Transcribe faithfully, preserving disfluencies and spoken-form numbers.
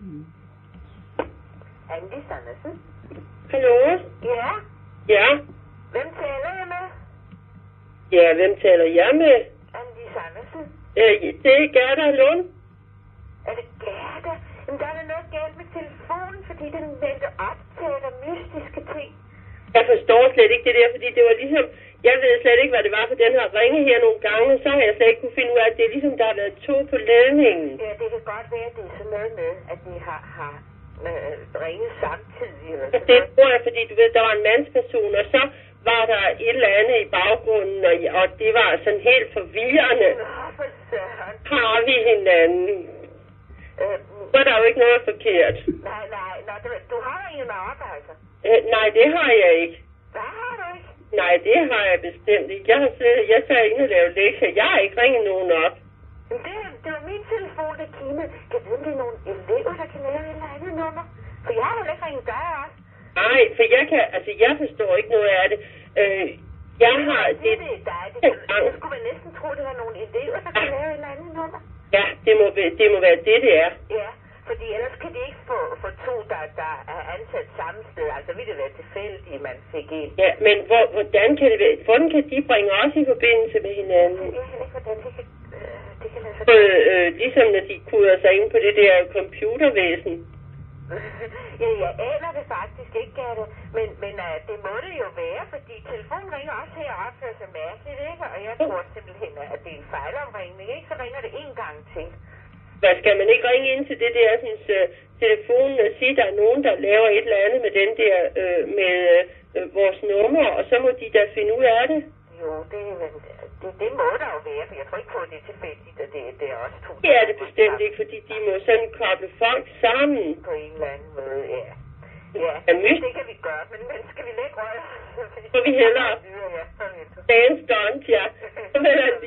Mm. Andi Sandersen? Hallo? Ja? Ja? Hvem taler jeg med? Ja, hvem taler jeg med? Andi Sandersen? Øh, det er Gerda Lund. Er det Gerda? Jamen, der er da noget galt med telefonen, fordi den vendte optager mystiske ting. Jeg forstår slet ikke det der, fordi det var ligesom... Jeg ved slet ikke, hvad det var, for den har ringet her nogle gange, så har jeg slet ikke kunne finde ud af, at det er ligesom, der har været to på ledningen. Ja, det kan godt være, at det er sådan noget med, at de har, har øh, ringet samtidig. Eller sådan det noget. tror jeg, fordi du ved, der var en mandsperson, og så var der et eller andet i baggrunden, og, og det var sådan helt forvirrende. Nå, for søren. Har vi hinanden? Øh, Så er der jo ikke noget forkert. nej, nej, nej, du, du har ingen op, altså. Øh, nej, det har jeg ikke. Hvad har du ikke? Nej, det har jeg bestemt ikke. Jeg har siddet, jeg sad inde og lavet lektier. Jeg har ikke ringet nogen op. Men det, det var min telefon, der kiggede. Kan jeg vide, om det er nogle elever, der kan lave et eller andet nummer? For jeg har vel ikke ringet dig op? Nej, for jeg kan, altså jeg forstår ikke noget af det. Øh, jeg har... Det, det er dig. Det, det, jeg skulle vel næsten tro, det var nogle elever, der kan lave et eller andet nummer. Ja, det må, det må være det, det er. Ja, fordi ellers kan de ikke få, få to, der, der er ansat samme sted. Altså ville det være tilfældigt, man fik en. Ja, men hvor, hvordan kan det være? Hvordan kan de bringe os i forbindelse med hinanden? Jeg ved ikke, hvordan det kan, øh, det kan lade sig Øh, øh, ligesom når de kuder sig ind på det der computervæsen. Ja, jeg aner det faktisk ikke, Gerda. Men, men uh, det må det jo være, fordi telefonen ringer også her og opfører sig mærkeligt, ikke? Og jeg tror simpelthen, at det er en fejlomringning, ikke? Så ringer det en gang til. Hvad skal man ikke ringe ind til det der sådan, uh, telefonen og sige, at der er nogen, der laver et eller andet med den der, uh, med uh, vores nummer, og så må de da finde ud af det? Jo, det, det, det må der jo være, for jeg tror ikke på, at det er tilfældigt, at det, det er også to. Det er det bestemt ikke, fordi de må sådan koble folk sammen. På en eller anden måde, ja. Ja, ja det kan vi gøre, men, men skal vi lægge røg? Så vi hellere. Ja, ja, Dagens done, ja. Så vil jeg